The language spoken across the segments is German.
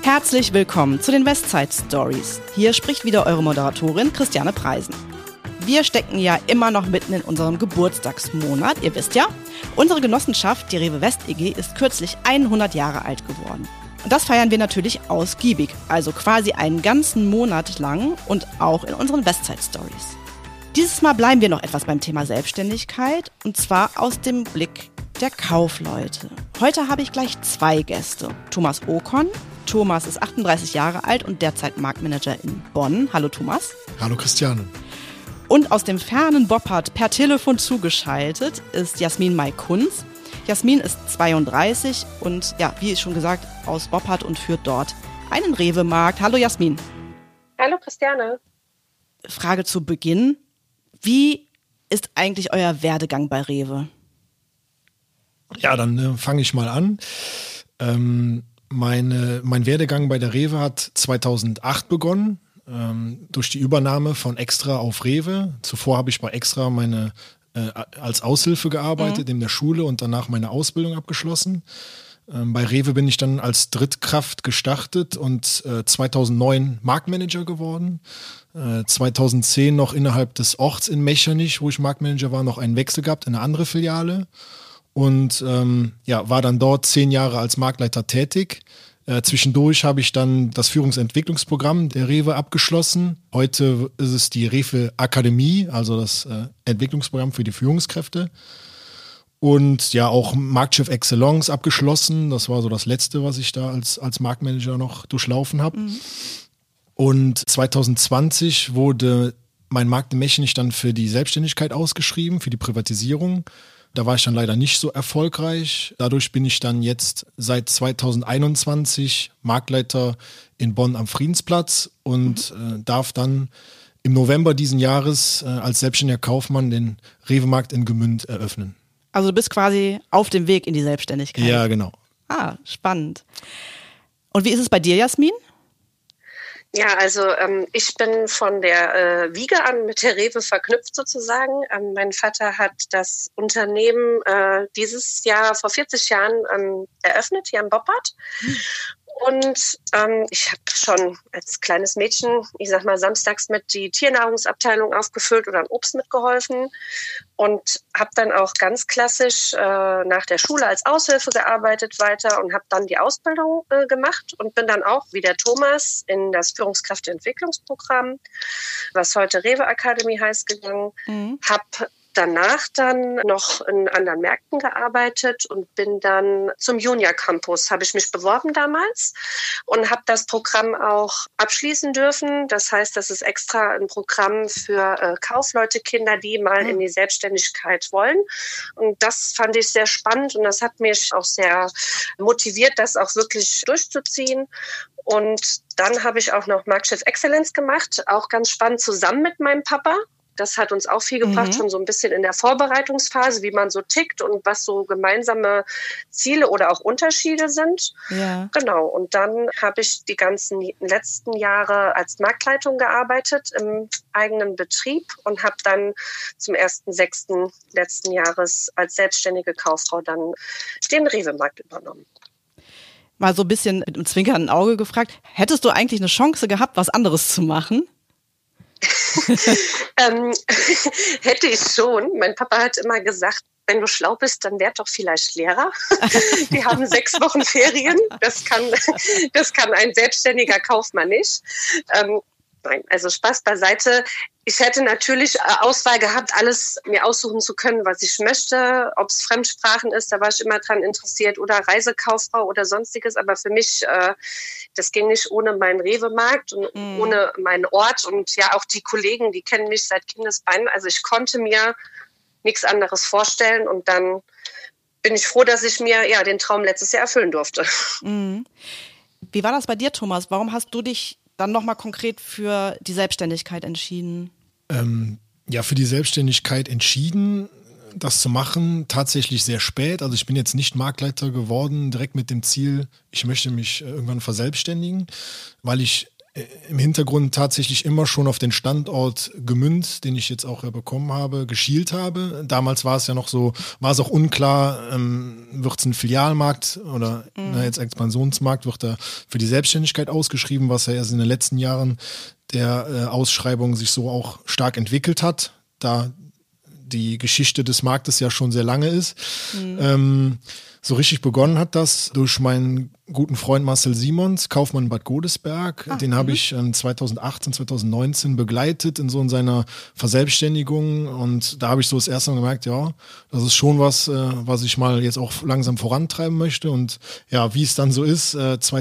Herzlich willkommen zu den Westside Stories. Hier spricht wieder eure Moderatorin Christiane Preisen. Wir stecken ja immer noch mitten in unserem Geburtstagsmonat, ihr wisst ja. Unsere Genossenschaft, die Rewe West EG, ist kürzlich 100 Jahre alt geworden. Und das feiern wir natürlich ausgiebig, also quasi einen ganzen Monat lang und auch in unseren Westside Stories. Dieses Mal bleiben wir noch etwas beim Thema Selbstständigkeit und zwar aus dem Blick der Kaufleute. Heute habe ich gleich zwei Gäste. Thomas Okon. Thomas ist 38 Jahre alt und derzeit Marktmanager in Bonn. Hallo Thomas. Hallo Christiane. Und aus dem fernen Boppard per Telefon zugeschaltet ist Jasmin May-Kunz. Jasmin ist 32 und ja, wie schon gesagt, aus Boppard und führt dort einen Rewe-Markt. Hallo Jasmin. Hallo Christiane. Frage zu Beginn. Wie ist eigentlich euer Werdegang bei Rewe? Ja, dann fange ich mal an. Mein Werdegang bei der Rewe hat 2008 begonnen, durch die Übernahme von Extra auf Rewe. Zuvor habe ich bei Extra als Aushilfe gearbeitet in der Schule und danach meine Ausbildung abgeschlossen. Bei Rewe bin ich dann als Drittkraft gestartet und 2009 Marktmanager geworden. 2010 noch innerhalb des Orts in Mechernich, wo ich Marktmanager war, noch einen Wechsel gehabt in eine andere Filiale. Und war dann dort 10 Jahre als Marktleiter tätig. Zwischendurch habe ich dann das Führungsentwicklungsprogramm der Rewe abgeschlossen. Heute ist es die Rewe Akademie, also das Entwicklungsprogramm für die Führungskräfte. Und ja, auch Marktchef Excellence abgeschlossen. Das war so das Letzte, was ich da als Marktmanager noch durchlaufen habe. Und 2020 wurde mein Markt in Mechernich dann für die Selbstständigkeit ausgeschrieben, für die Privatisierung. Da war ich dann leider nicht so erfolgreich. Dadurch bin ich dann jetzt seit 2021 Marktleiter in Bonn am Friedensplatz und darf dann im November diesen Jahres als selbstständiger Kaufmann den Rewe-Markt in Gmünd eröffnen. Also du bist quasi auf dem Weg in die Selbstständigkeit. Ja, genau. Ah, spannend. Und wie ist es bei dir, Jasmin? Ja, also ich bin von der Wiege an mit der Rewe verknüpft sozusagen. Mein Vater hat das Unternehmen dieses Jahr vor 40 Jahren eröffnet, hier in Boppard. Und ich habe schon als kleines Mädchen, ich sag mal, samstags mit die Tiernahrungsabteilung aufgefüllt oder an Obst mitgeholfen und habe dann auch ganz klassisch nach der Schule als Aushilfe gearbeitet weiter und habe dann die Ausbildung gemacht und bin dann auch, wie der Thomas, in das Führungskräfteentwicklungsprogramm, was heute Rewe Akademie heißt, gegangen, habe danach dann noch in anderen Märkten gearbeitet und bin dann zum Junior Campus, habe ich mich beworben damals und habe das Programm auch abschließen dürfen. Das heißt, das ist extra ein Programm für Kaufleute-Kinder, die mal in die Selbstständigkeit wollen. Und das fand ich sehr spannend und das hat mich auch sehr motiviert, das auch wirklich durchzuziehen. Und dann habe ich auch noch Marktchef Excellence gemacht, auch ganz spannend zusammen mit meinem Papa. Das hat uns auch viel gebracht, schon so ein bisschen in der Vorbereitungsphase, wie man so tickt und was so gemeinsame Ziele oder auch Unterschiede sind. Ja. Genau. Und dann habe ich die ganzen letzten Jahre als Marktleitung gearbeitet im eigenen Betrieb und habe dann zum 1.6. letzten Jahres als selbstständige Kauffrau dann den Rewe-Markt übernommen. Mal so ein bisschen mit einem zwinkernden Auge gefragt, hättest du eigentlich eine Chance gehabt, was anderes zu machen? Hätte ich schon. Mein Papa hat immer gesagt, wenn du schlau bist, dann werd doch vielleicht Lehrer. Die haben 6 Wochen Ferien. Das kann ein selbstständiger Kaufmann nicht. Nein, also Spaß beiseite. Ich hätte natürlich Auswahl gehabt, alles mir aussuchen zu können, was ich möchte. Ob es Fremdsprachen ist, da war ich immer dran interessiert oder Reisekauffrau oder sonstiges. Aber für mich, das ging nicht ohne meinen Rewe-Markt und ohne meinen Ort. Und ja, auch die Kollegen, die kennen mich seit Kindesbeinen. Also ich konnte mir nichts anderes vorstellen. Und dann bin ich froh, dass ich mir den Traum letztes Jahr erfüllen durfte. Wie war das bei dir, Thomas? Warum hast du dich dann nochmal konkret für die Selbstständigkeit entschieden? Für die Selbstständigkeit entschieden, das zu machen, tatsächlich sehr spät. Also ich bin jetzt nicht Marktleiter geworden, direkt mit dem Ziel, ich möchte mich irgendwann verselbstständigen, weil ich im Hintergrund tatsächlich immer schon auf den Standort Gmünd, den ich jetzt auch bekommen habe, geschielt habe. Damals war es ja noch so, war es auch unklar, wird es ein Filialmarkt oder jetzt Expansionsmarkt, wird er für die Selbstständigkeit ausgeschrieben, was ja erst in den letzten Jahren der Ausschreibung sich so auch stark entwickelt hat, da die Geschichte des Marktes ja schon sehr lange ist. So richtig begonnen hat das durch meinen guten Freund Marcel Simons, Kaufmann Bad Godesberg. Den habe ich 2018, 2019 begleitet in seiner Verselbstständigung. Und da habe ich so das erste Mal gemerkt, ja, das ist schon was ich mal jetzt auch langsam vorantreiben möchte. Und ja, wie es dann so ist,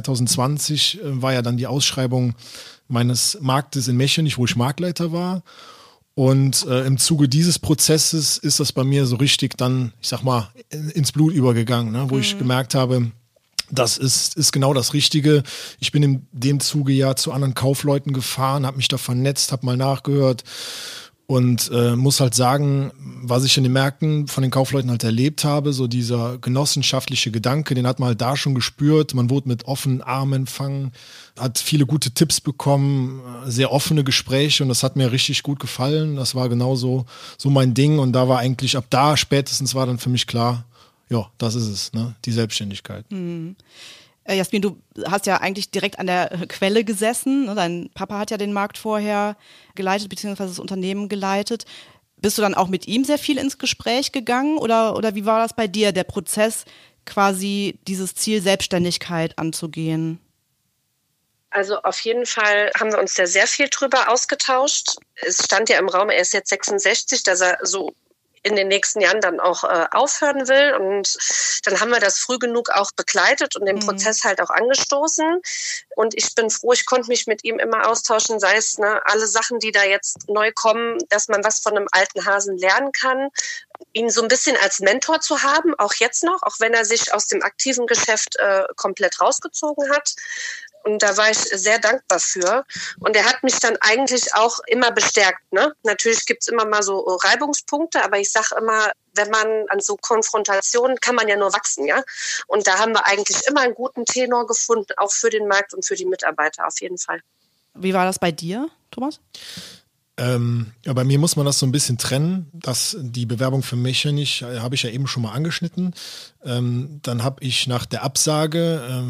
2020 war ja dann die Ausschreibung meines Marktes in Mechenich, wo ich Marktleiter war. Und im Zuge dieses Prozesses ist das bei mir so richtig dann, ich sag mal, ins Blut übergegangen, ne? Wo ich gemerkt habe, das ist genau das Richtige. Ich bin in dem Zuge ja zu anderen Kaufleuten gefahren, habe mich da vernetzt, habe mal nachgehört und muss halt sagen, was ich in den Märkten von den Kaufleuten halt erlebt habe, so dieser genossenschaftliche Gedanke, den hat man halt da schon gespürt. Man wurde mit offenen Armen empfangen, hat viele gute Tipps bekommen, sehr offene Gespräche und das hat mir richtig gut gefallen. Das war genau so mein Ding und da war eigentlich ab da spätestens war dann für mich klar, ja, das ist es, ne? Die Selbstständigkeit. Jasmin, du hast ja eigentlich direkt an der Quelle gesessen. Ne? Dein Papa hat ja den Markt vorher geleitet, beziehungsweise das Unternehmen geleitet. Bist du dann auch mit ihm sehr viel ins Gespräch gegangen oder wie war das bei dir, der Prozess, quasi dieses Ziel Selbstständigkeit anzugehen? Also auf jeden Fall haben wir uns da sehr viel drüber ausgetauscht. Es stand ja im Raum, er ist jetzt 66, dass er so in den nächsten Jahren dann auch aufhören will. Und dann haben wir das früh genug auch begleitet und den Prozess halt auch angestoßen. Und ich bin froh, ich konnte mich mit ihm immer austauschen, sei es alle Sachen, die da jetzt neu kommen, dass man was von einem alten Hasen lernen kann. Ihn so ein bisschen als Mentor zu haben, auch jetzt noch, auch wenn er sich aus dem aktiven Geschäft komplett rausgezogen hat. Und da war ich sehr dankbar für. Und er hat mich dann eigentlich auch immer bestärkt. Ne? Natürlich gibt's immer mal so Reibungspunkte, aber ich sage immer, wenn man an so Konfrontationen kann man ja nur wachsen, ja. Und da haben wir eigentlich immer einen guten Tenor gefunden, auch für den Markt und für die Mitarbeiter auf jeden Fall. Wie war das bei dir, Thomas? Ja, bei mir muss man das so ein bisschen trennen, dass die Bewerbung für Mechenich habe ich ja eben schon mal angeschnitten. Dann habe ich nach der Absage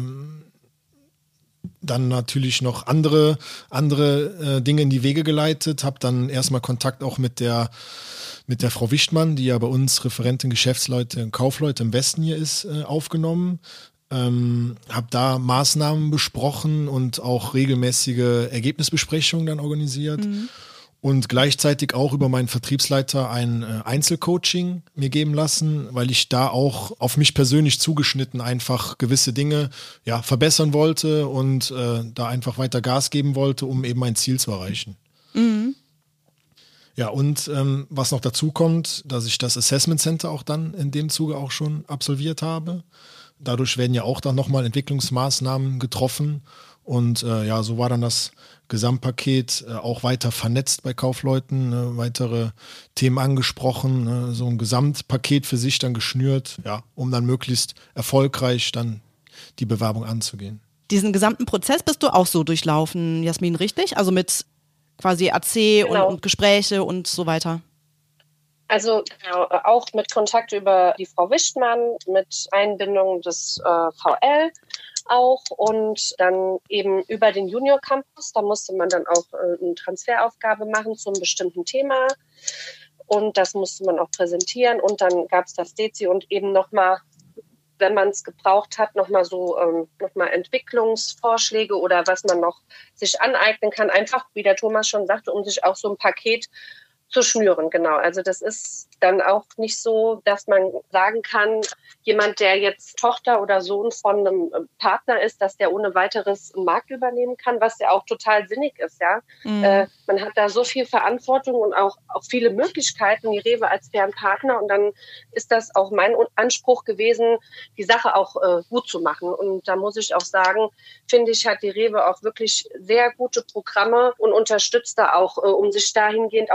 dann natürlich noch andere Dinge in die Wege geleitet, habe dann erstmal Kontakt auch mit der Frau Wichtmann, die ja bei uns Referentin Geschäftsleute und Kaufleute im Westen hier ist, aufgenommen. Habe da Maßnahmen besprochen und auch regelmäßige Ergebnisbesprechungen dann organisiert. Und gleichzeitig auch über meinen Vertriebsleiter ein Einzelcoaching mir geben lassen, weil ich da auch auf mich persönlich zugeschnitten einfach gewisse Dinge verbessern wollte und da einfach weiter Gas geben wollte, um eben mein Ziel zu erreichen. Ja, und was noch dazu kommt, dass ich das Assessment Center auch dann in dem Zuge auch schon absolviert habe. Dadurch werden ja auch dann nochmal Entwicklungsmaßnahmen getroffen und so war dann das Gesamtpaket auch weiter vernetzt bei Kaufleuten, weitere Themen angesprochen, so ein Gesamtpaket für sich dann geschnürt, um dann möglichst erfolgreich dann die Bewerbung anzugehen. Diesen gesamten Prozess bist du auch so durchlaufen, Jasmin, richtig? Also mit quasi AC und Gespräche und so weiter? Also genau, auch mit Kontakt über die Frau Wichtmann, mit Einbindung des VL auch und dann eben über den Junior Campus. Da musste man dann auch eine Transferaufgabe machen zum bestimmten Thema und das musste man auch präsentieren und dann gab es das Dezi und eben nochmal, wenn man es gebraucht hat, nochmal so nochmal Entwicklungsvorschläge oder was man noch sich aneignen kann, einfach, wie der Thomas schon sagte, um sich auch so ein Paket zu schnüren, genau. Also das ist dann auch nicht so, dass man sagen kann, jemand, der jetzt Tochter oder Sohn von einem Partner ist, dass der ohne weiteres einen Markt übernehmen kann, was ja auch total sinnig ist, ja. Man hat da so viel Verantwortung und auch viele Möglichkeiten, die Rewe als fairen Partner und dann ist das auch mein Anspruch gewesen, die Sache auch gut zu machen und da muss ich auch sagen, finde ich, hat die Rewe auch wirklich sehr gute Programme und unterstützt da auch, um sich dahingehend auch weiter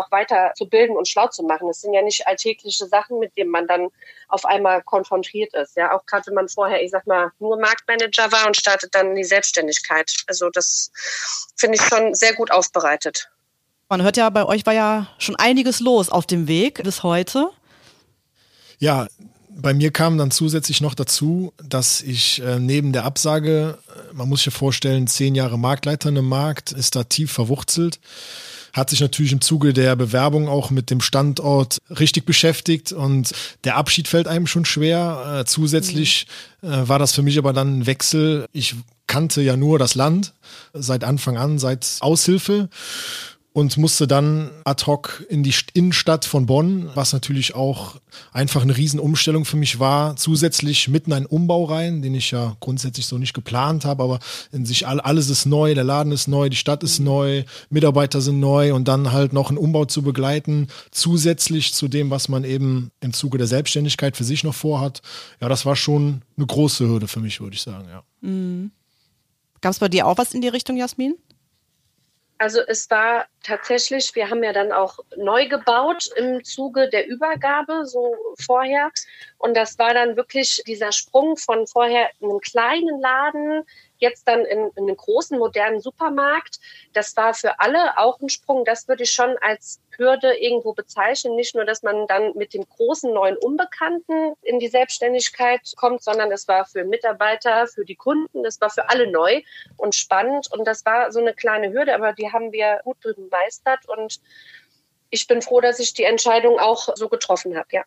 da zu bilden und schlau zu machen. Es sind ja nicht alltägliche Sachen, mit denen man dann auf einmal konfrontiert ist. Ja, auch gerade wenn man vorher, ich sag mal, nur Marktmanager war und startet dann in die Selbstständigkeit. Also das finde ich schon sehr gut aufbereitet. Man hört ja, bei euch war ja schon einiges los auf dem Weg bis heute. Ja, bei mir kam dann zusätzlich noch dazu, dass ich neben der Absage, man muss sich ja vorstellen, 10 Jahre Marktleiter in einem Markt, ist da tief verwurzelt, hat sich natürlich im Zuge der Bewerbung auch mit dem Standort richtig beschäftigt und der Abschied fällt einem schon schwer. Zusätzlich war das für mich aber dann ein Wechsel. Ich kannte ja nur das Land seit Anfang an, seit Aushilfe. Und musste dann ad hoc in die Innenstadt von Bonn, was natürlich auch einfach eine Riesenumstellung für mich war. Zusätzlich mitten einen Umbau rein, den ich ja grundsätzlich so nicht geplant habe, aber in sich alles ist neu, der Laden ist neu, die Stadt ist neu, Mitarbeiter sind neu und dann halt noch einen Umbau zu begleiten, zusätzlich zu dem, was man eben im Zuge der Selbstständigkeit für sich noch vorhat. Ja, das war schon eine große Hürde für mich, würde ich sagen, ja. Mhm. Gab es bei dir auch was in die Richtung, Jasmin? Also es war tatsächlich, wir haben ja dann auch neu gebaut im Zuge der Übergabe, so vorher. Und das war dann wirklich dieser Sprung von vorher in einem kleinen Laden, jetzt dann in einen großen, modernen Supermarkt. Das war für alle auch ein Sprung. Das würde ich schon als Hürde irgendwo bezeichnen. Nicht nur, dass man dann mit dem großen neuen Unbekannten in die Selbstständigkeit kommt, sondern es war für Mitarbeiter, für die Kunden, das war für alle neu und spannend. Und das war so eine kleine Hürde, aber die haben wir gut gemeistert. Und ich bin froh, dass ich die Entscheidung auch so getroffen habe, ja.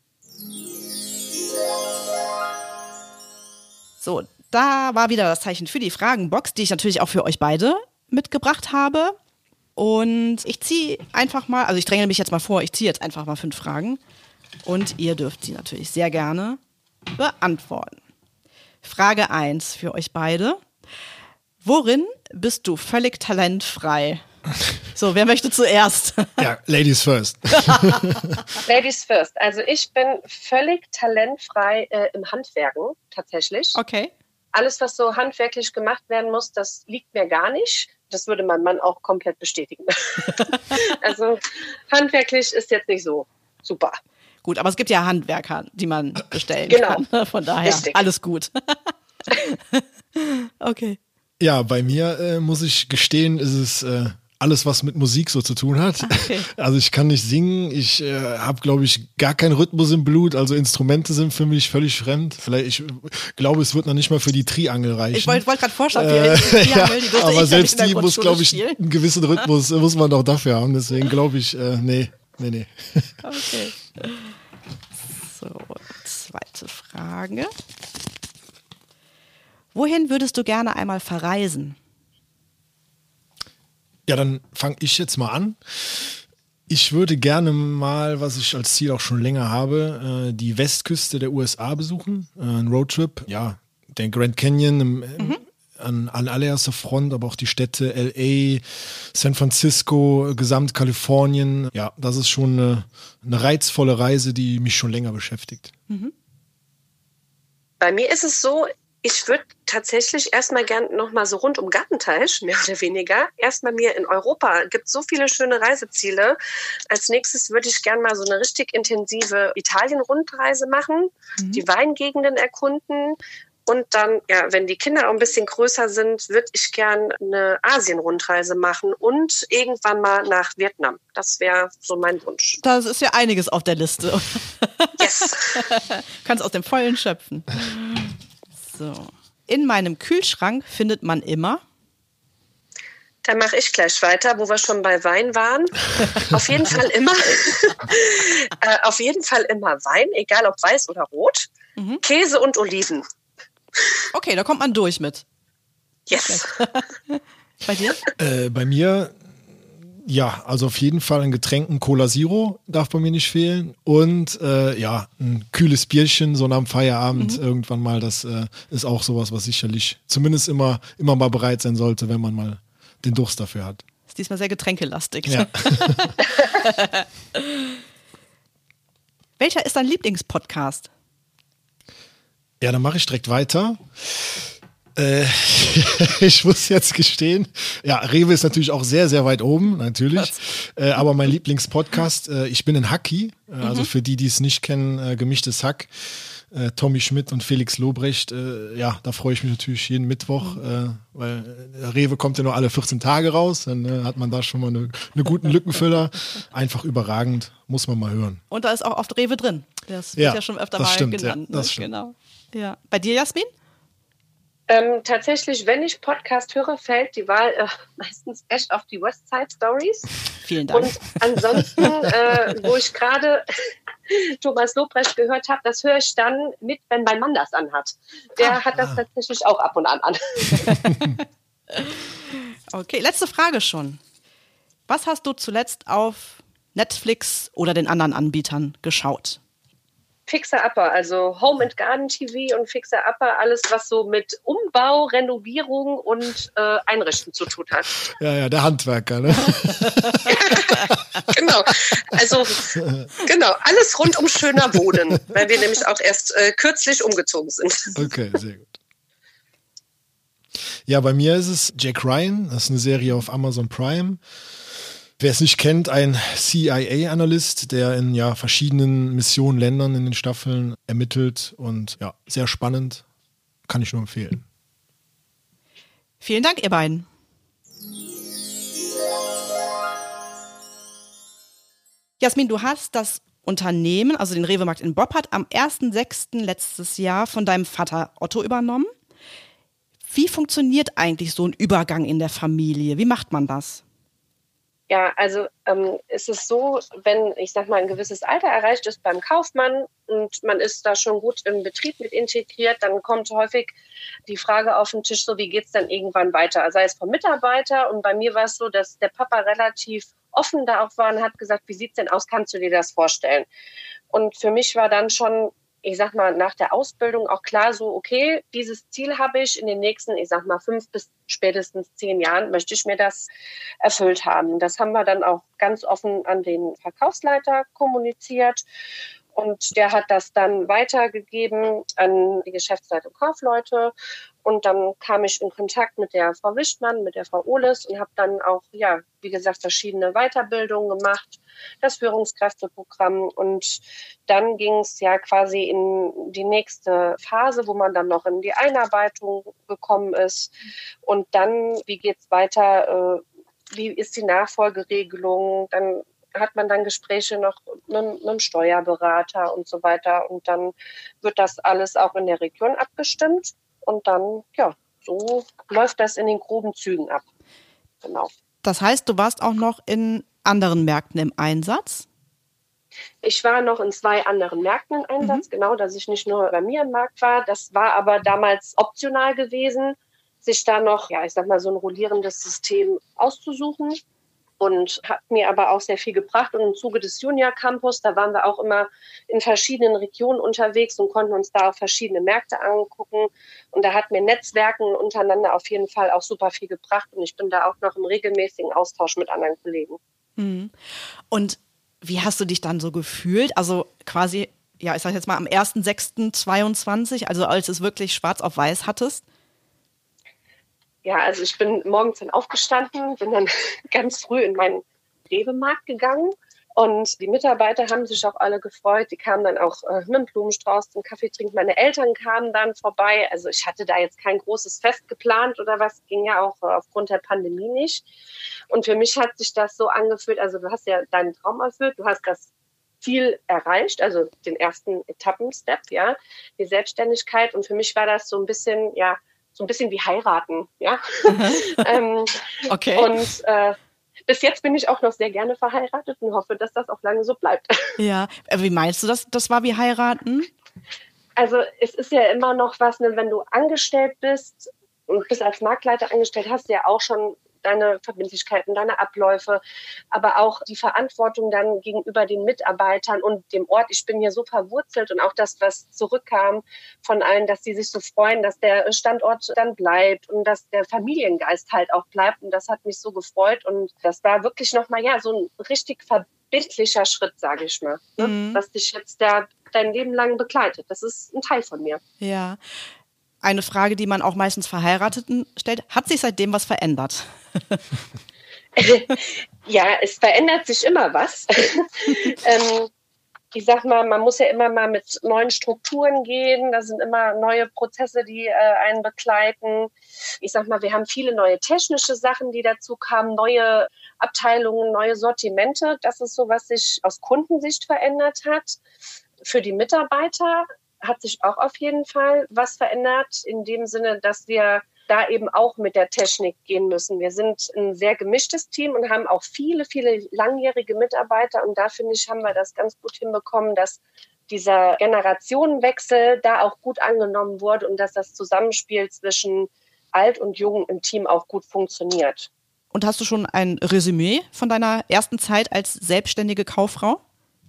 So, da war wieder das Zeichen für die Fragenbox, die ich natürlich auch für euch beide mitgebracht habe. Und ich ziehe einfach mal, also ich dränge mich jetzt mal vor, ich ziehe jetzt einfach mal 5 Fragen. Und ihr dürft sie natürlich sehr gerne beantworten. Frage 1 für euch beide. Worin bist du völlig talentfrei? So, wer möchte zuerst? Ja, Ladies first. Ladies first. Also ich bin völlig talentfrei im Handwerken tatsächlich. Okay. Alles, was so handwerklich gemacht werden muss, das liegt mir gar nicht. Das würde mein Mann auch komplett bestätigen. Also handwerklich ist jetzt nicht so super. Gut, aber es gibt ja Handwerker, die man bestellen kann. Von daher richtig. Alles gut. Okay. Ja, bei mir muss ich gestehen, ist es alles, was mit Musik so zu tun hat. Okay. Also ich kann nicht singen, ich habe, glaube ich, gar keinen Rhythmus im Blut, also Instrumente sind für mich völlig fremd. Vielleicht, ich glaube, es wird noch nicht mal für die Triangel reichen. Ich wollte gerade vorschlagen, die Triangel, die aber selbst die muss, glaube ich, einen gewissen Rhythmus muss man doch dafür haben, deswegen glaube ich, nee. Okay. So, zweite Frage. Wohin würdest du gerne einmal verreisen? Ja, dann fange ich jetzt mal an. Ich würde gerne mal, was ich als Ziel auch schon länger habe, die Westküste der USA besuchen. Ein Roadtrip, ja, der Grand Canyon an allererster Front, aber auch die Städte LA, San Francisco, Gesamtkalifornien. Ja, das ist schon eine reizvolle Reise, die mich schon länger beschäftigt. Mhm. Bei mir ist es so, ich würde tatsächlich erstmal gern nochmal so rund um Gartenteich, mehr oder weniger, erstmal mir in Europa, gibt so viele schöne Reiseziele. Als nächstes würde ich gern mal so eine richtig intensive Italien-Rundreise machen, die Weingegenden erkunden. Und dann, ja, wenn die Kinder auch ein bisschen größer sind, würde ich gern eine Asien-Rundreise machen und irgendwann mal nach Vietnam. Das wäre so mein Wunsch. Das ist ja einiges auf der Liste. Yes. Kannst aus dem Vollen schöpfen. So. In meinem Kühlschrank findet man immer. Dann mache ich gleich weiter, wo wir schon bei Wein waren. Auf jeden Fall immer, auf jeden Fall immer Wein, egal ob weiß oder rot. Käse und Oliven. Okay, da kommt man durch mit. Yes. Bei dir? Bei mir, ja, also auf jeden Fall ein Getränk, ein Cola Zero darf bei mir nicht fehlen. Und ja, ein kühles Bierchen, so nach dem Feierabend irgendwann mal. Das ist auch sowas, was sicherlich zumindest immer mal bereit sein sollte, wenn man mal den Durst dafür hat. Ist diesmal sehr getränkelastig. Ja. Welcher ist dein Lieblingspodcast? Ja, dann mache ich direkt weiter. Ich muss jetzt gestehen, ja, Rewe ist natürlich auch sehr, sehr weit oben, natürlich. Aber mein Lieblingspodcast, ich bin ein Hacki, also für die es nicht kennen, gemischtes Hack. Tommy Schmidt und Felix Lobrecht, ja, da freue ich mich natürlich jeden Mittwoch, weil Rewe kommt ja nur alle 14 Tage raus, dann hat man da schon mal einen guten Lückenfüller. Einfach überragend, muss man mal hören. Und da ist auch oft Rewe drin. Das wird ja schon öfter mal stimmt, genannt. Ja, das stimmt. Genau. Ja. Bei dir, Jasmin? Tatsächlich, wenn ich Podcast höre, fällt die Wahl meistens echt auf die Westside Stories. Vielen Dank. Und ansonsten, wo ich gerade Thomas Lobrecht gehört habe, das höre ich dann mit, wenn mein Mann das anhat. Der hat das tatsächlich auch ab und an. Okay, letzte Frage schon. Was hast du zuletzt auf Netflix oder den anderen Anbietern geschaut? Fixer Upper, also Home and Garden TV und Fixer Upper, alles was so mit Umbau, Renovierung und Einrichten zu tun hat. Ja, der Handwerker, ne? Genau, also genau, alles rund um schöner Wohnen, weil wir nämlich auch erst kürzlich umgezogen sind. Okay, sehr gut. Ja, bei mir ist es Jack Ryan, das ist eine Serie auf Amazon Prime. Wer es nicht kennt, ein CIA-Analyst, der in verschiedenen Missionen, Ländern in den Staffeln ermittelt und ja, sehr spannend, kann ich nur empfehlen. Vielen Dank, ihr beiden. Jasmin, du hast das Unternehmen, also den Rewe-Markt in Boppard, am 1.6. letztes Jahr von deinem Vater Otto übernommen. Wie funktioniert eigentlich so ein Übergang in der Familie? Wie macht man das? Ja, also es ist so, wenn, ich sag mal, ein gewisses Alter erreicht ist beim Kaufmann und man ist da schon gut im Betrieb mit integriert, dann kommt häufig die Frage auf den Tisch, so wie geht's dann irgendwann weiter? Sei es vom Mitarbeiter, und bei mir war es so, dass der Papa relativ offen da auch war und hat gesagt, wie sieht's denn aus, kannst du dir das vorstellen? Und für mich war dann schon, ich sag mal, nach der Ausbildung auch klar so, okay, dieses Ziel habe ich in den nächsten, ich sag mal, 5 bis spätestens 10 Jahren möchte ich mir das erfüllt haben. Das haben wir dann auch ganz offen an den Verkaufsleiter kommuniziert. Und der hat das dann weitergegeben an die Geschäftsleitung Kaufleute. Und dann kam ich in Kontakt mit der Frau Wichtmann, mit der Frau Ohles und habe dann auch, ja, wie gesagt, verschiedene Weiterbildungen gemacht, das Führungskräfteprogramm. Und dann ging es ja quasi in die nächste Phase, wo man dann noch in die Einarbeitung gekommen ist. Und dann, wie geht's weiter? Wie ist die Nachfolgeregelung? Dann hat man dann Gespräche noch mit einem Steuerberater und so weiter. Und dann wird das alles auch in der Region abgestimmt. Und dann, ja, so läuft das in den groben Zügen ab. Genau. Das heißt, du warst auch noch in anderen Märkten im Einsatz? Ich war noch in 2 anderen Märkten im Einsatz, genau, dass ich nicht nur bei mir im Markt war. Das war aber damals optional gewesen, sich da noch, ja, ich sag mal, so ein rollierendes System auszusuchen. Und hat mir aber auch sehr viel gebracht. Und im Zuge des Junior Campus, da waren wir auch immer in verschiedenen Regionen unterwegs und konnten uns da auch verschiedene Märkte angucken. Und da hat mir Netzwerken untereinander auf jeden Fall auch super viel gebracht. Und ich bin da auch noch im regelmäßigen Austausch mit anderen Kollegen. Mhm. Und wie hast du dich dann so gefühlt? Also quasi, ja, ich sag jetzt mal am 1.6.22, also als es wirklich schwarz auf weiß hattest? Ja, also ich bin morgens dann aufgestanden, bin dann ganz früh in meinen Rewe-Markt gegangen und die Mitarbeiter haben sich auch alle gefreut. Die kamen dann auch mit einem Blumenstrauß zum Kaffee trinken. Meine Eltern kamen dann vorbei. Also ich hatte da jetzt kein großes Fest geplant oder was, ging ja auch aufgrund der Pandemie nicht. Und für mich hat sich das so angefühlt, also du hast ja deinen Traum erfüllt, du hast das Ziel erreicht, also den ersten Etappenstep, ja, die Selbstständigkeit. Und für mich war das so ein bisschen, ja, so ein bisschen wie heiraten, ja. Okay. Und bis jetzt bin ich auch noch sehr gerne verheiratet und hoffe, dass das auch lange so bleibt. Ja, wie meinst du das? Das war wie heiraten? Also es ist ja immer noch was, ne, wenn du angestellt bist und bist als Marktleiter angestellt, hast du ja auch schon deine Verbindlichkeiten, deine Abläufe, aber auch die Verantwortung dann gegenüber den Mitarbeitern und dem Ort. Ich bin hier so verwurzelt und auch das, was zurückkam von allen, dass sie sich so freuen, dass der Standort dann bleibt und dass der Familiengeist halt auch bleibt. Und das hat mich so gefreut und das war wirklich nochmal, ja, so ein richtig verbindlicher Schritt, sage ich mal, ne? Was dich jetzt dein Leben lang begleitet. Das ist ein Teil von mir. Ja. eine Frage, die man auch meistens Verheirateten stellt. Hat sich seitdem was verändert? Ja, es verändert sich immer was. Ich sag mal, man muss ja immer mal mit neuen Strukturen gehen. Da sind immer neue Prozesse, die einen begleiten. Ich sag mal, wir haben viele neue technische Sachen, die dazu kamen, neue Abteilungen, neue Sortimente. Das ist so, was sich aus Kundensicht verändert hat. Für die Mitarbeiter hat sich auch auf jeden Fall was verändert, in dem Sinne, dass wir da eben auch mit der Technik gehen müssen. Wir sind ein sehr gemischtes Team und haben auch viele, viele langjährige Mitarbeiter. Und da, finde ich, haben wir das ganz gut hinbekommen, dass dieser Generationenwechsel da auch gut angenommen wurde und dass das Zusammenspiel zwischen alt und jung im Team auch gut funktioniert. Und hast du schon ein Resümee von deiner ersten Zeit als selbstständige Kauffrau?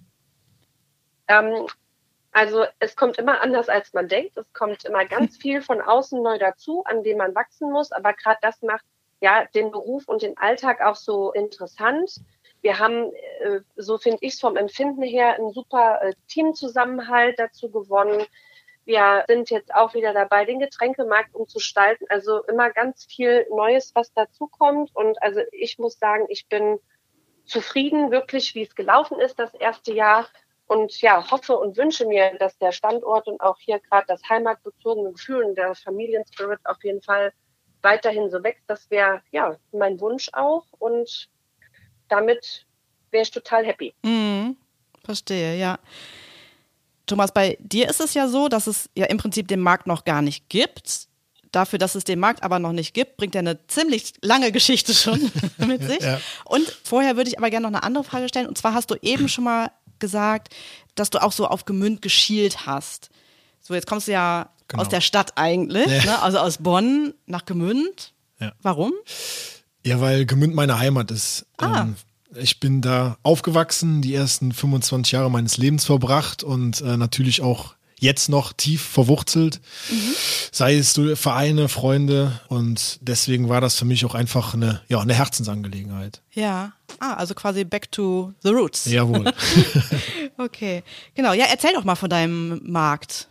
Also es kommt immer anders, als man denkt. Es kommt immer ganz viel von außen neu dazu, an dem man wachsen muss. Aber gerade das macht ja den Beruf und den Alltag auch so interessant. Wir haben, so finde ich es vom Empfinden her, einen super Teamzusammenhalt dazu gewonnen. Wir sind jetzt auch wieder dabei, den Getränkemarkt umzustalten. Also immer ganz viel Neues, was dazukommt. Und also ich muss sagen, ich bin zufrieden, wirklich, wie es gelaufen ist, das erste Jahr. Und ja, hoffe und wünsche mir, dass der Standort und auch hier gerade das heimatbezogene Gefühl und der Familienspirit auf jeden Fall weiterhin so wächst. Das wäre ja mein Wunsch auch. Und damit wäre ich total happy. Verstehe, ja. Thomas, bei dir ist es ja so, dass es ja im Prinzip den Markt noch gar nicht gibt. Dafür, dass es den Markt aber noch nicht gibt, bringt er eine ziemlich lange Geschichte schon mit sich. Ja. Und vorher würde ich aber gerne noch eine andere Frage stellen. Und zwar hast du eben schon mal gesagt, dass du auch so auf Gmünd geschielt hast. So, jetzt kommst du ja aus der Stadt eigentlich, ne? Also aus Bonn nach Gmünd. Ja. Warum? Ja, weil Gmünd meine Heimat ist. Ich bin da aufgewachsen, die ersten 25 Jahre meines Lebens verbracht und natürlich auch jetzt noch tief verwurzelt, sei es durch Vereine, Freunde, und deswegen war das für mich auch einfach eine Herzensangelegenheit. Ja, also quasi back to the roots. Jawohl. Okay, genau. Ja, erzähl doch mal von deinem Markt.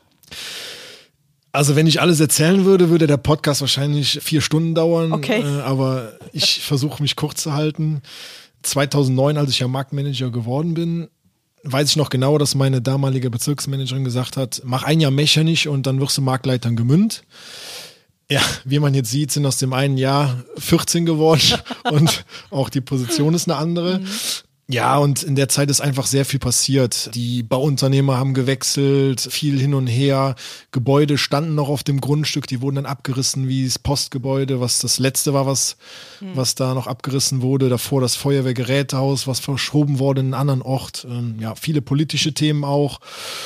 Also wenn ich alles erzählen würde, würde der Podcast wahrscheinlich 4 Stunden dauern, okay. Aber ich versuche mich kurz zu halten. 2009, als ich ja Marktmanager geworden bin, weiß ich noch genau, dass meine damalige Bezirksmanagerin gesagt hat, mach ein Jahr Mechernich und dann wirst du Marktleiter in Gmünd. Ja, wie man jetzt sieht, sind aus dem einen Jahr 14 geworden und auch die Position ist eine andere. Ja, und in der Zeit ist einfach sehr viel passiert. Die Bauunternehmer haben gewechselt, viel hin und her. Gebäude standen noch auf dem Grundstück, die wurden dann abgerissen, wie das Postgebäude, was das letzte war, was da noch abgerissen wurde. Davor das Feuerwehrgerätehaus, was verschoben wurde in einen anderen Ort. Ja, viele politische Themen auch.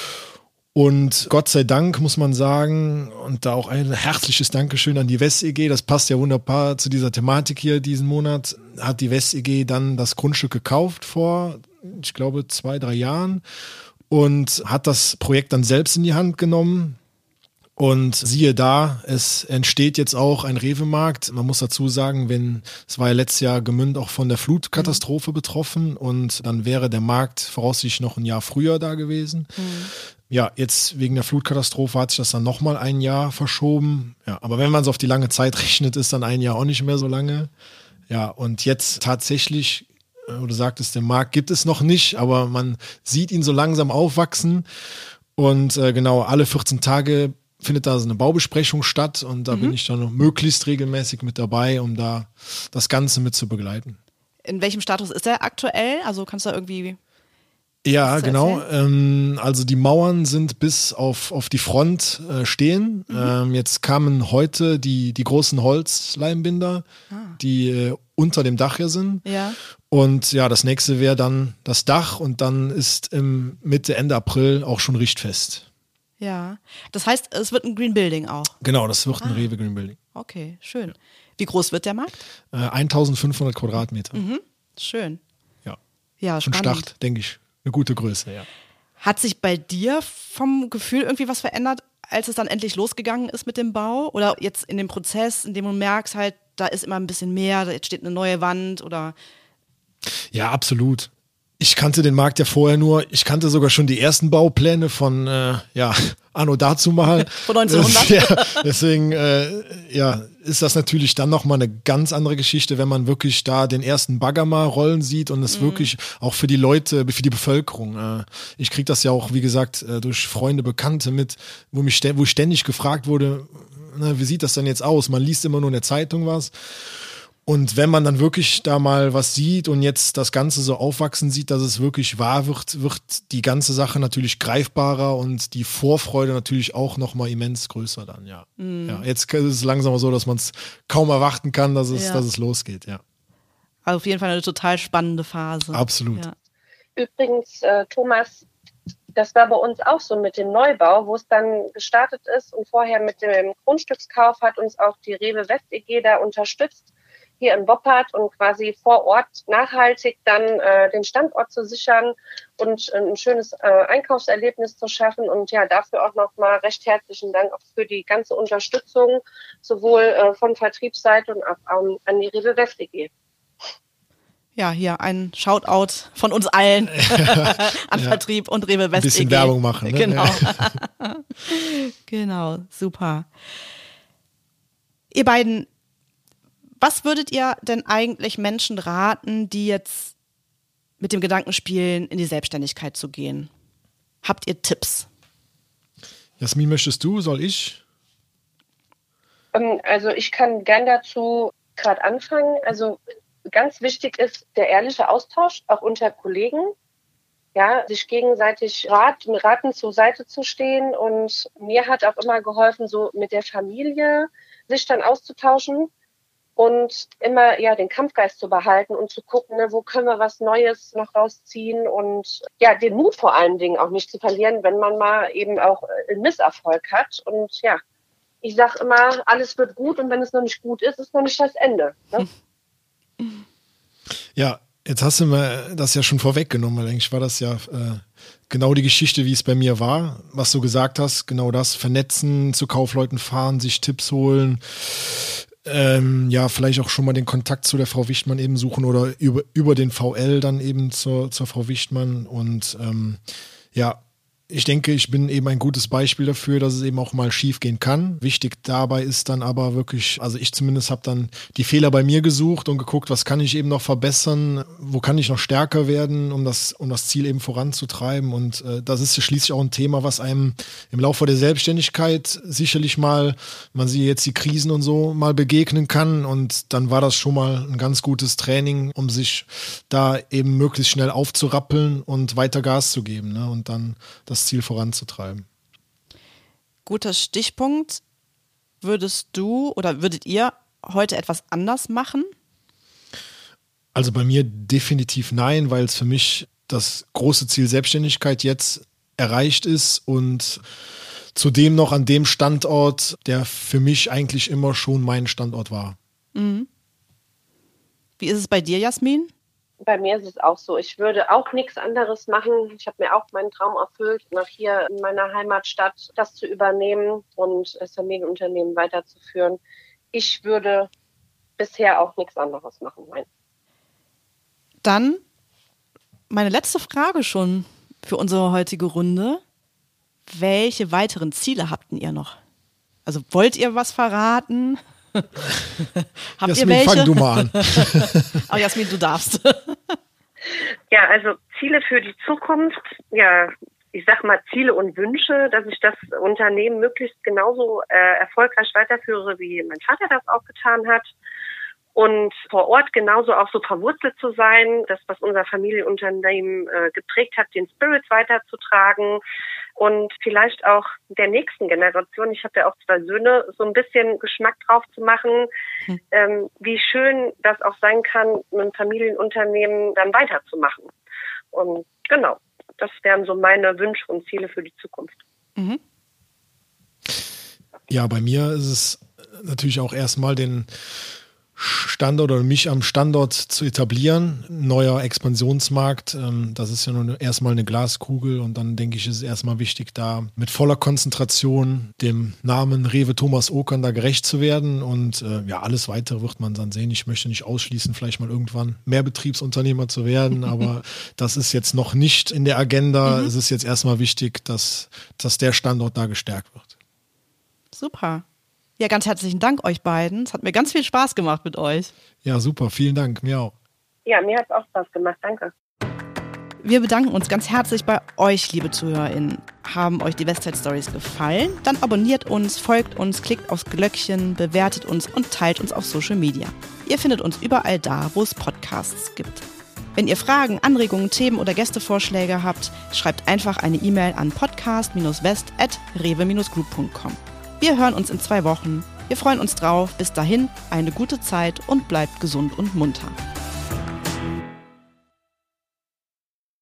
Und Gott sei Dank, muss man sagen, und da auch ein herzliches Dankeschön an die WestEG, das passt ja wunderbar zu dieser Thematik hier diesen Monat, hat die WestEG dann das Grundstück gekauft vor, ich glaube, 2-3 Jahren und hat das Projekt dann selbst in die Hand genommen. Und siehe da, es entsteht jetzt auch ein Rewe-Markt. Man muss dazu sagen, es war ja letztes Jahr Gmünd auch von der Flutkatastrophe betroffen und dann wäre der Markt voraussichtlich noch ein Jahr früher da gewesen. Ja, jetzt wegen der Flutkatastrophe hat sich das dann nochmal ein Jahr verschoben. Ja, aber wenn man es auf die lange Zeit rechnet, ist dann ein Jahr auch nicht mehr so lange. Ja, und jetzt tatsächlich, du sagtest, der Markt gibt es noch nicht, aber man sieht ihn so langsam aufwachsen. Und genau, alle 14 Tage findet da so eine Baubesprechung statt und da bin ich dann möglichst regelmäßig mit dabei, um da das Ganze mit zu begleiten. In welchem Status ist er aktuell? Also kannst du da irgendwie... Ja, genau. Also die Mauern sind bis auf die Front stehen. Jetzt kamen heute die großen Holzleimbinder, die unter dem Dach hier sind. Ja. Und ja, das nächste wäre dann das Dach und dann ist im Ende April auch schon richtfest. Ja, das heißt, es wird ein Green Building auch? Genau, das wird ein Rewe Green Building. Okay, schön. Ja. Wie groß wird der Markt? 1500 Quadratmeter. Schön. Ja, schon Start, denke ich. Eine gute Größe, ja. Hat sich bei dir vom Gefühl irgendwie was verändert, als es dann endlich losgegangen ist mit dem Bau? Oder jetzt in dem Prozess, in dem du merkst halt, da ist immer ein bisschen mehr, da steht eine neue Wand oder... Ja, absolut. Ich kannte den Markt ja vorher nur, ich kannte sogar schon die ersten Baupläne von, anno dazu mal. Von 1900. Ja, deswegen, ist das natürlich dann nochmal eine ganz andere Geschichte, wenn man wirklich da den ersten Bagger mal rollen sieht und es wirklich auch für die Leute, für die Bevölkerung. Ich kriege das ja auch, wie gesagt, durch Freunde, Bekannte mit, wo ich ständig gefragt wurde, wie sieht das denn jetzt aus? Man liest immer nur in der Zeitung was. Und wenn man dann wirklich da mal was sieht und jetzt das Ganze so aufwachsen sieht, dass es wirklich wahr wird die ganze Sache natürlich greifbarer und die Vorfreude natürlich auch nochmal immens größer dann, ja. Ja, jetzt ist es langsam so, dass man es kaum erwarten kann, dass es losgeht, ja. Also auf jeden Fall eine total spannende Phase. Absolut. Ja. Übrigens, Thomas, das war bei uns auch so mit dem Neubau, wo es dann gestartet ist und vorher mit dem Grundstückskauf hat uns auch die Rewe West EG da unterstützt, hier in Boppard und quasi vor Ort nachhaltig dann den Standort zu sichern und ein schönes Einkaufserlebnis zu schaffen. Und ja, dafür auch nochmal recht herzlichen Dank auch für die ganze Unterstützung, sowohl von Vertriebsseite und auch an die Rewe West EG. Ja, hier ein Shoutout von uns allen an Vertrieb und Rewe West EG. Ein bisschen Werbung machen. Ne? Genau. Genau, super. Ihr beiden, was würdet ihr denn eigentlich Menschen raten, die jetzt mit dem Gedanken spielen, in die Selbstständigkeit zu gehen? Habt ihr Tipps? Jasmin, möchtest du? Soll ich? Also ich kann gern dazu gerade anfangen. Also ganz wichtig ist der ehrliche Austausch, auch unter Kollegen. Ja, sich gegenseitig raten zur Seite zu stehen. Und mir hat auch immer geholfen, so mit der Familie sich dann auszutauschen. Und immer den Kampfgeist zu behalten und zu gucken, wo können wir was Neues noch rausziehen und den Mut vor allen Dingen auch nicht zu verlieren, wenn man mal eben auch einen Misserfolg hat. Und ich sage immer, alles wird gut und wenn es noch nicht gut ist, ist noch nicht das Ende. Ne? Ja, jetzt hast du mir das ja schon vorweggenommen, weil eigentlich war das ja genau die Geschichte, wie es bei mir war, was du gesagt hast, genau das, vernetzen, zu Kaufleuten fahren, sich Tipps holen, vielleicht auch schon mal den Kontakt zu der Frau Wichtmann eben suchen oder über den VL dann eben zur Frau Wichtmann und ich denke, ich bin eben ein gutes Beispiel dafür, dass es eben auch mal schief gehen kann. Wichtig dabei ist dann aber wirklich, also ich zumindest habe dann die Fehler bei mir gesucht und geguckt, was kann ich eben noch verbessern, wo kann ich noch stärker werden, um das Ziel eben voranzutreiben. Und das ist schließlich auch ein Thema, was einem im Laufe der Selbstständigkeit sicherlich mal, man sieht jetzt die Krisen und so, mal begegnen kann. Und dann war das schon mal ein ganz gutes Training, um sich da eben möglichst schnell aufzurappeln und weiter Gas zu geben, ne? Und dann das Ziel voranzutreiben. Guter Stichpunkt. Würdet ihr heute etwas anders machen? Also bei mir definitiv nein, weil es für mich das große Ziel Selbstständigkeit jetzt erreicht ist und zudem noch an dem Standort, der für mich eigentlich immer schon mein Standort war. Mhm. Wie ist es bei dir, Jasmin? Bei mir ist es auch so. Ich würde auch nichts anderes machen. Ich habe mir auch meinen Traum erfüllt, nach hier in meiner Heimatstadt das zu übernehmen und das Familienunternehmen weiterzuführen. Ich würde bisher auch nichts anderes machen. Nein. Dann meine letzte Frage schon für unsere heutige Runde. Welche weiteren Ziele habt ihr noch? Also wollt ihr was verraten? Habt Jasmin, ihr welche? fang du mal an. Aber Jasmin, du darfst. Ja, also Ziele für die Zukunft, ich sag mal Ziele und Wünsche, dass ich das Unternehmen möglichst genauso erfolgreich weiterführe, wie mein Vater das auch getan hat. Und vor Ort genauso auch so verwurzelt zu sein, das, was unser Familienunternehmen geprägt hat, den Spirit weiterzutragen und vielleicht auch der nächsten Generation, ich habe ja auch 2 Söhne, so ein bisschen Geschmack drauf zu machen, wie schön das auch sein kann, mit einem Familienunternehmen dann weiterzumachen. Und genau, das wären so meine Wünsche und Ziele für die Zukunft. Mhm. Ja, bei mir ist es natürlich auch erstmal den Standort oder mich am Standort zu etablieren. Neuer Expansionsmarkt, das ist ja nur erstmal eine Glaskugel und dann denke ich, ist es erstmal wichtig, da mit voller Konzentration dem Namen Rewe Thomas Okern da gerecht zu werden und alles Weitere wird man dann sehen. Ich möchte nicht ausschließen, vielleicht mal irgendwann mehr Betriebsunternehmer zu werden, aber das ist jetzt noch nicht in der Agenda. Es ist jetzt erstmal wichtig, dass der Standort da gestärkt wird. Super. Ja, ganz herzlichen Dank euch beiden. Es hat mir ganz viel Spaß gemacht mit euch. Ja, super. Vielen Dank. Mir auch. Ja, mir hat es auch Spaß gemacht. Danke. Wir bedanken uns ganz herzlich bei euch, liebe ZuhörerInnen. Haben euch die Westside Stories gefallen? Dann abonniert uns, folgt uns, klickt aufs Glöckchen, bewertet uns und teilt uns auf Social Media. Ihr findet uns überall da, wo es Podcasts gibt. Wenn ihr Fragen, Anregungen, Themen oder Gästevorschläge habt, schreibt einfach eine E-Mail an podcast-west@rewe-group.com. Wir hören uns in 2 Wochen. Wir freuen uns drauf. Bis dahin, eine gute Zeit und bleibt gesund und munter.